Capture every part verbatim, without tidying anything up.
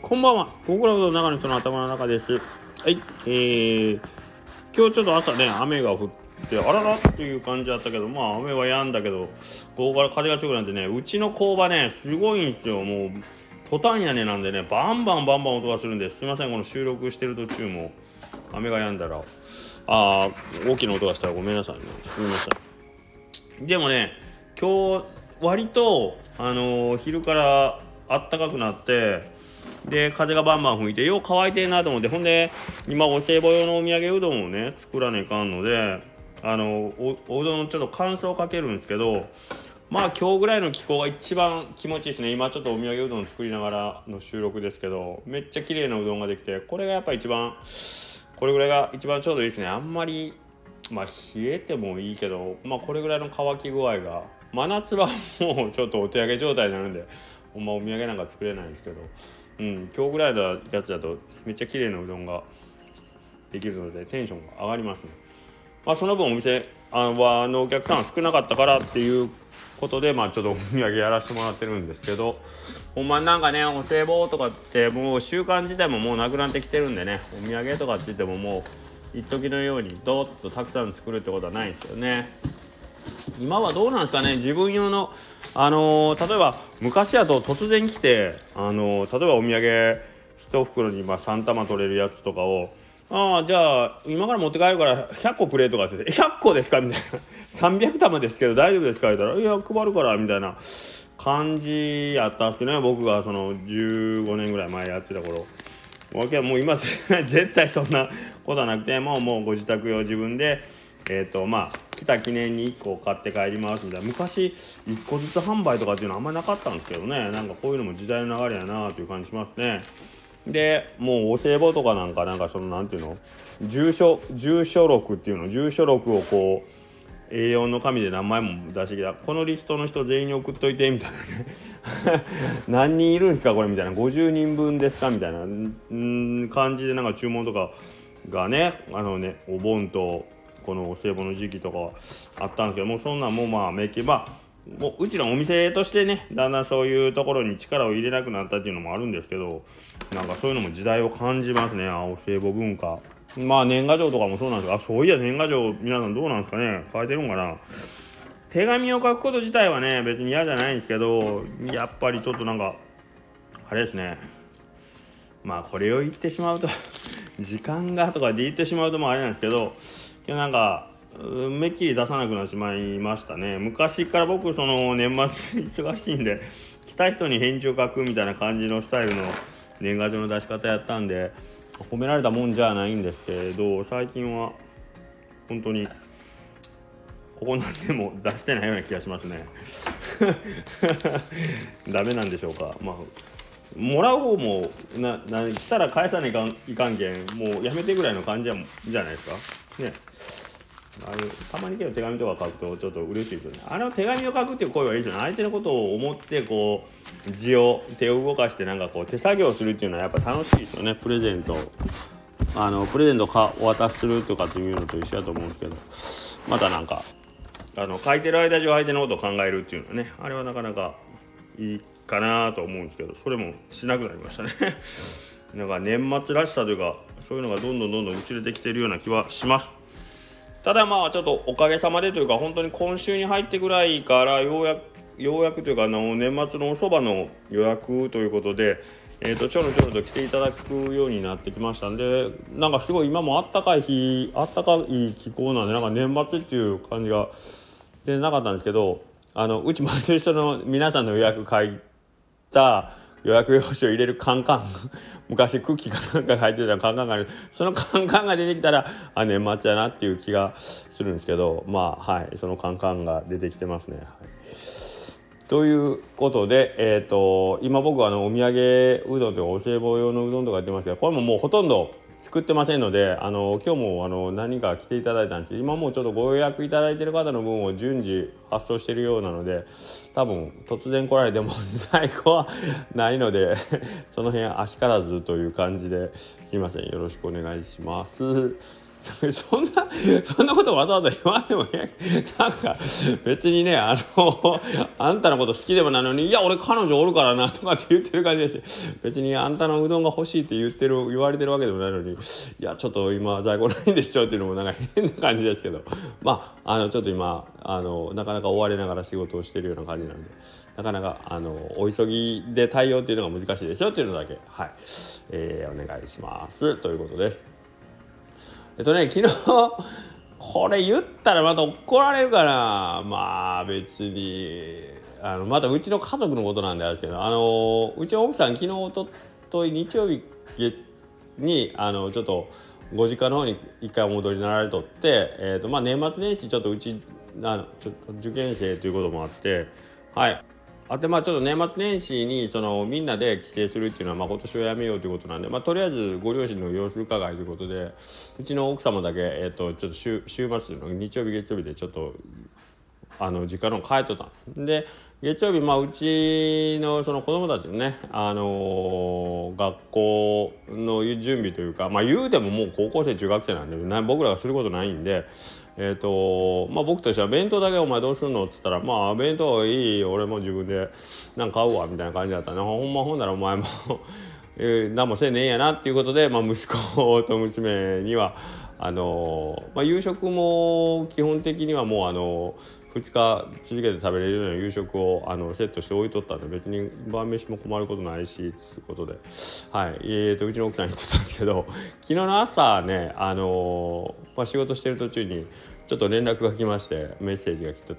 こんばんは。僕らの中の人の頭の中です。はい、えー、今日ちょっと朝ね、雨が降ってあららっていう感じだったけど、まあ雨は止んだけど、ここから風が強くなってね、うちの工場ね、すごいんですよ。もうトタン屋根なんでね、バンバンバンバン音がするんです。すいません、この収録してる途中も雨が止んだら、あー大きな音がしたらごめんなさいね。すみません。でもね、今日割とあのー、昼から暖かくなって。で風がバンバン吹いてよう乾いてんなと思って、ほんで今お歳暮用のお土産うどんをね作らねえかんので、あの お, おうどんちょっと乾燥かけるんですけど、まあ今日ぐらいの気候が一番気持ちいいですね。今ちょっとお土産うどん作りながらの収録ですけど、めっちゃ綺麗なうどんができて、これがやっぱ一番これぐらいが一番ちょうどいいですね。あんまりまあ冷えてもいいけど、まあこれぐらいの乾き具合が、真夏はもうちょっとお手上げ状態になるんで、ほんまお土産なんか作れないんですけど、うん、今日ぐらいのやつだとめっちゃ綺麗なうどんができるのでテンションが上がりますね。まあその分お店はのお客さん少なかったからっていうことで、まあちょっとお土産やらせてもらってるんですけど、ほんまなんかね、お歳暮とかってもう習慣自体ももうなくなってきてるんでね、お土産とかって言ってももう一時のようにドーッとたくさん作るってことはないんですよね。今はどうなんですかね。自分用のあのー、例えば昔だと突然来て、あのー、例えばお土産一袋にまあさん玉取れるやつとかを、ああじゃあ今から持って帰るからひゃっこくれとかって言ってひゃっこですかみたいなさんびゃく玉ですけど大丈夫ですかって言ったら、いや配るからみたいな感じやったんですけどね。僕がそのじゅうごねんぐらい前やってた頃わけはもう今絶対そんなことはなくて、もうもうご自宅用自分でえーとまあ、来た記念にいっこ買って帰りますみたいな。昔いっこずつ販売とかっていうのはあんまりなかったんですけどね、なんかこういうのも時代の流れやなという感じしますね。でもうお歳暮とかなんかなんかそのなんていうの、住所住所録っていうの、住所録をこう エーよん の紙で何枚も出してきた、このリストの人全員に送っといてみたいなね何人いるんですかこれみたいな、ごじゅうにんぶんですかみたいなん感じでなんか注文とかがね、あのねお盆とこのお歳暮の時期とかはあったんですけども、そんなんもうまあめっきりまあもううちのお店としてね、だんだんそういうところに力を入れなくなったっていうのもあるんですけど、なんかそういうのも時代を感じますね。あお歳暮文化、まあ年賀状とかもそうなんですが、あそういや年賀状皆さんどうなんですかね、書いてるんかな。手紙を書くこと自体はね別に嫌じゃないんですけど、やっぱりちょっとなんかあれですね、まあこれを言ってしまうと時間がとかで言ってしまうともあれなんですけど、けどなんかめっきり出さなくなってしまいましたね。昔から僕その年末忙しいんで来た人に返事を書くみたいな感じのスタイルの年賀状の出し方やったんで、褒められたもんじゃないんですけど、最近は本当にここ何年も出してないような気がしますねダメなんでしょうか。まあもらう方もなな来たら返さないかんいかんけん、もうやめてぐらいの感じじゃじゃないですかね。あのたまにけど手紙とか書くとちょっと嬉しいですよね。あの手紙を書くっていう行為はいいですよね。相手のことを思ってこう字を手を動かしてなんかこう手作業するっていうのはやっぱ楽しいですよね。プレゼントあのプレゼントかお渡しするとかっていうのと一緒だと思うんですけど、またなんかあの書いてる間中相手のことを考えるっていうのはね、あれはなかなかいいかなと思うんですけど、それもしなくなりましたねなんか年末らしさというかそういうのがどんどんどんどん薄れてきているような気はします。ただまあちょっとおかげさまでというか、本当に今週に入ってぐらいからようやくようやくというか、あの年末のおそばの予約ということで、えーとちょろちょろと来ていただくようになってきましたんで、なんかすごい今もあったかい日あったかい気候なんで、なんか年末っていう感じが全然なかったんですけど、あのうち毎年その皆さんの予約書いた予約用紙を入れるカンカン昔クッキーかなんか入ってたカンカンがある、そのカンカンが出てきたらあ年末やなっていう気がするんですけど、まあはいそのカンカンが出てきてますね、はい、ということで、えー、と今僕はあのお土産うどんとかお歳暮用のうどんとか言ってますけど、これももうほとんど作ってませんので、あの今日もあの何か来ていただいたんですけど、今もうちょっとご予約いただいている方の分を順次発送しているようなので、多分突然来られても在庫はないのでその辺あしからずという感じですいません、よろしくお願いします。 そんなそんなことわざわざ言わんでもねなんか別にねあのあんたのこと好きでもないのにいや俺彼女おるからなとかって言ってる感じでして別にあんたのうどんが欲しいって言ってる言われてるわけでもないのにいやちょっと今在庫ないんですよっていうのもなんか変な感じですけどまああのちょっと今あのなかなか追われながら仕事をしてるような感じなんでなかなかあのお急ぎで対応っていうのが難しいですよっていうのだけはい、えー、お願いしますということです。えっとね昨日これ言ったらまた怒られるかなまあ別にあのまたうちの家族のことなんであれですけどあのうちの奥さん昨日おととい日曜日にあのちょっとご実家の方に一回お戻りになられとって、えーとまあ、年末年始ちょっとうちあちょっと受験生ということもあってはいあでまあちょっと年末年始にそのみんなで帰省するっていうのはまあ今年はやめようということなんで、まあ、とりあえずご両親の様子伺いということでうちの奥様だけ、えー、とちょっと 週, 週末の日曜日月曜日でちょっとあの実家の帰っとったんで月曜日、まあ、うちのその子供たちのね、あのー、学校の準備というか、まあ、言うてももう高校生中学生なんでな僕らがすることないんで、えーとまあ、僕としては弁当だけお前どうするのって言ったらまあ弁当いい俺も自分でなんか買うわみたいな感じだったねほんまほんならお前もえー、何もせんねえんやなっていうことで、まあ、息子と娘にはあのーまあ、夕食も基本的にはもうあのーふつか続けて食べれるような夕食をあのセットして置いとったんで別に晩飯も困ることないしということで、はいえー、とうちの奥さん言ってたんですけど昨日の朝ね、あのーまあ、仕事してる途中にちょっと連絡が来ましてメッセージが来とって、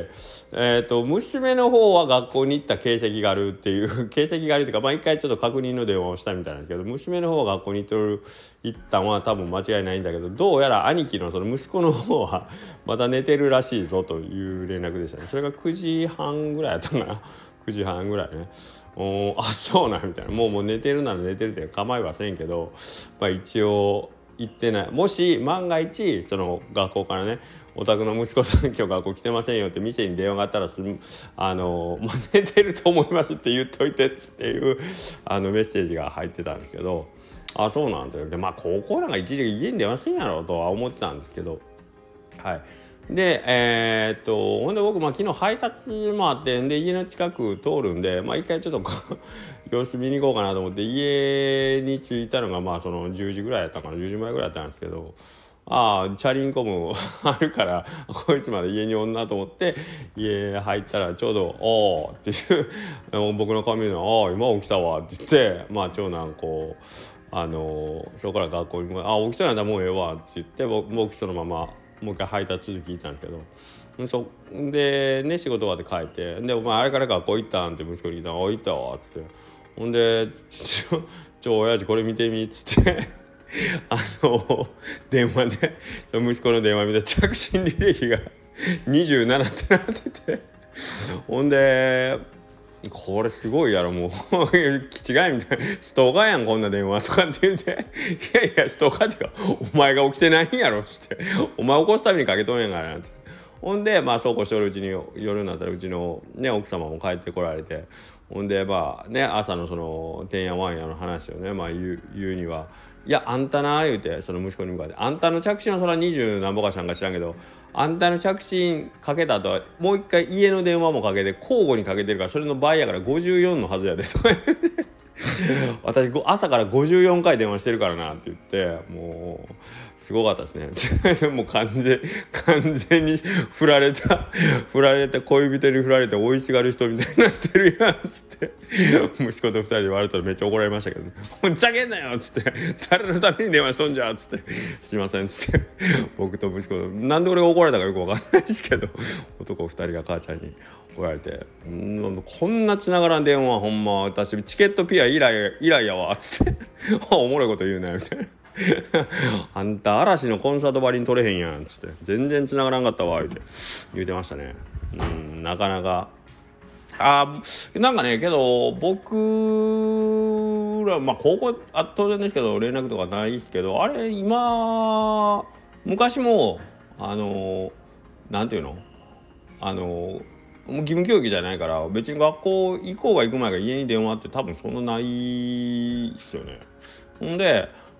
えー、と娘の方は学校に行った形跡があるっていう形跡があるというか、まあ、一回ちょっと確認の電話をしたみたいなんですけど娘の方は学校に行っとる行ったんは多分間違いないんだけどどうやら兄貴のその息子の方はまた寝てるらしいぞという連絡でしたね。それがくじはんぐらいやったかなくじはんぐらいねおあそうなんみたいなもうもう寝てるなら寝てるって構いはせんけど、まあ、一応行ってないもし万が一その学校からねお宅の息子さん今日学校来てませんよって店に電話があったらすあの、まあ、寝てると思いますって言っといてっていうあのメッセージが入ってたんですけどあそうなんだよでまあ高校なんか一時家に出ませんやろとは思ってたんですけどはいでえー、っとほんで僕、まあ、昨日配達もあってで家の近く通るんでまあ一回ちょっと様子見に行こうかなと思って家に着いたのがまあそのじゅうじぐらいやったかなじゅうじまえぐらいやったんですけどああチャリンコもあるからこいつまで家におんなと思って家入ったらちょうど「おー」っていう僕の顔見るの「ああ今起きたわ」って言ってまあ長男こうあのー、そこから学校に向かって「あ起きたんやったらもうええわ」って言って僕そのままもう一回配達続き行ったんですけどそでね仕事終わって帰ってでお前あれから学校行ったんって息子に言ったら「あ行ったわ」っつってほんでちょ「ちょ親父これ見てみ」っつってあの電話で息子の電話見て着信履歴がにじゅうななってなっててほんでこれすごいやろもう違いみたいなストーカーやんこんな電話とかって言っていやいやストーカーっていうかお前が起きてないんやろっつってお前起こすためにかけとんやからなってほんでまあそうこうしてるうちに夜になったらうちのね奥様も帰ってこられてほんでまあね朝のそのてんやわんやの話をねまあ言う、言うにはいやあんたな言うてその息子に向かってあんたの着信はそらにじゅう何ぼかしなんか知らんけどあんたの着信かけた後はもう一回家の電話もかけて交互にかけてるからそれの倍やからごじゅうよんのはずやでとか言って私朝からごじゅうよんかい電話してるからなって言ってもうすごかったですねもう完全完全に振られた振られた恋人に振られて追いすがる人みたいになってるやんっつって息子とふたりで笑ったらめっちゃ怒られましたけど、ね、ほんちゃけんなよっつって誰のために電話しとんじゃっつってすいませんっつって僕と息子なんで俺が怒られたかよくわかんないですけど男ふたりが母ちゃんに怒られてんこんな繋がらん電話ほんま私チケットピア以来以来やわっつっておもろいこと言うなよみたいなあんた嵐のコンサートばりに撮れへんやんっつって全然繋がらんかったわって言うてましたね。うんなかなかあなんかねけど僕らまあ高校あ当然ですけど連絡とかないですけどあれ今昔もあのなんていうのあのもう義務教育じゃないから別に学校行こうが行く前が家に電話って多分そんなないっすよね。ほんで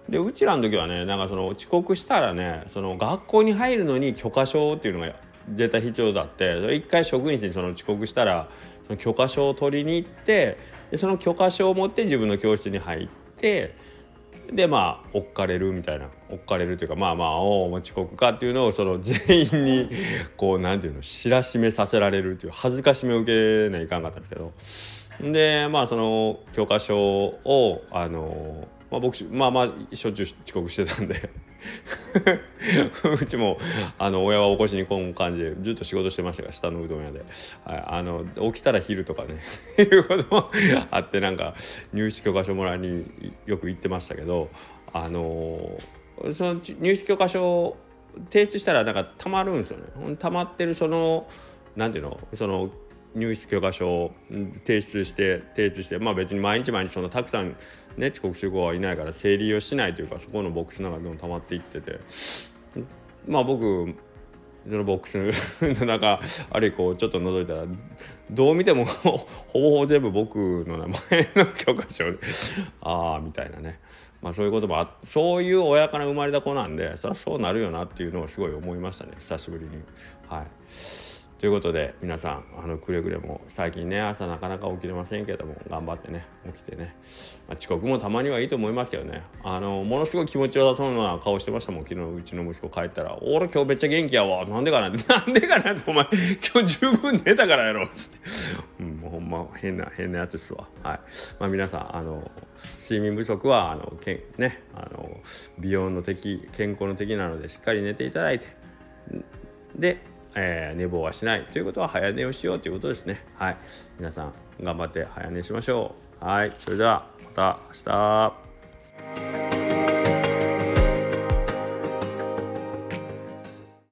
でうちらの時はねなんかその遅刻したらねその学校に入るのに許可証っていうのが絶対必要だって、それ一回職員室にその遅刻したらその許可証を取りに行って、でその許可証を持って自分の教室に入って、でまあ追っかれるみたいな、追っかれるというかまあまあおお遅刻かっていうのをその全員にこうなんていうの知らしめさせられるっていう恥ずかしめを受けないかんかったんですけど、でまあその教科書をあの、まあ、僕まあまあしょっちゅう遅刻してたんでうちもあの親は起こしにこん感じでずっと仕事してましたから、下のうどん屋で、はい、あの起きたら昼とかねいうこともあって、なんか入試教科書もらいによく行ってましたけど、あのその入試教科書を提出したらなんかたまるんですよね。たまってるそのなんていうのその入試教科書を提出して提出してまあ別に毎日毎日そのたくさんね遅刻する子はいないから整理をしないというか、そこのボックスの中でも溜まっていってて、まあ僕そのボックスの中あれこうちょっと覗いたらどう見てもほぼほぼ全部僕の名前の教科書でああみたいなね、まあそういうこともあ、そういう親から生まれた子なんでそりゃそうなるよなっていうのをすごい思いましたね、久しぶりに。はいということで皆さんあのくれぐれも最近ね朝なかなか起きれませんけども頑張ってね起きてね、まあ、遅刻もたまにはいいと思いますけどね、あのものすごい気持ちよさそうな顔してましたもん。昨日うちの息子帰ったら俺今日めっちゃ元気やわ、なんでかなってなんでかなってお前今日十分寝たからやろっつって、うん、もうほんま変な変なやつですわ。はい、まあ、皆さんあの睡眠不足はあのけん、ね、あの美容の敵健康の敵なのでしっかり寝ていただいて、でえー、寝坊はしないということは早寝をしようということですね。はい、皆さん頑張って早寝しましょう。はい、それではまた明日。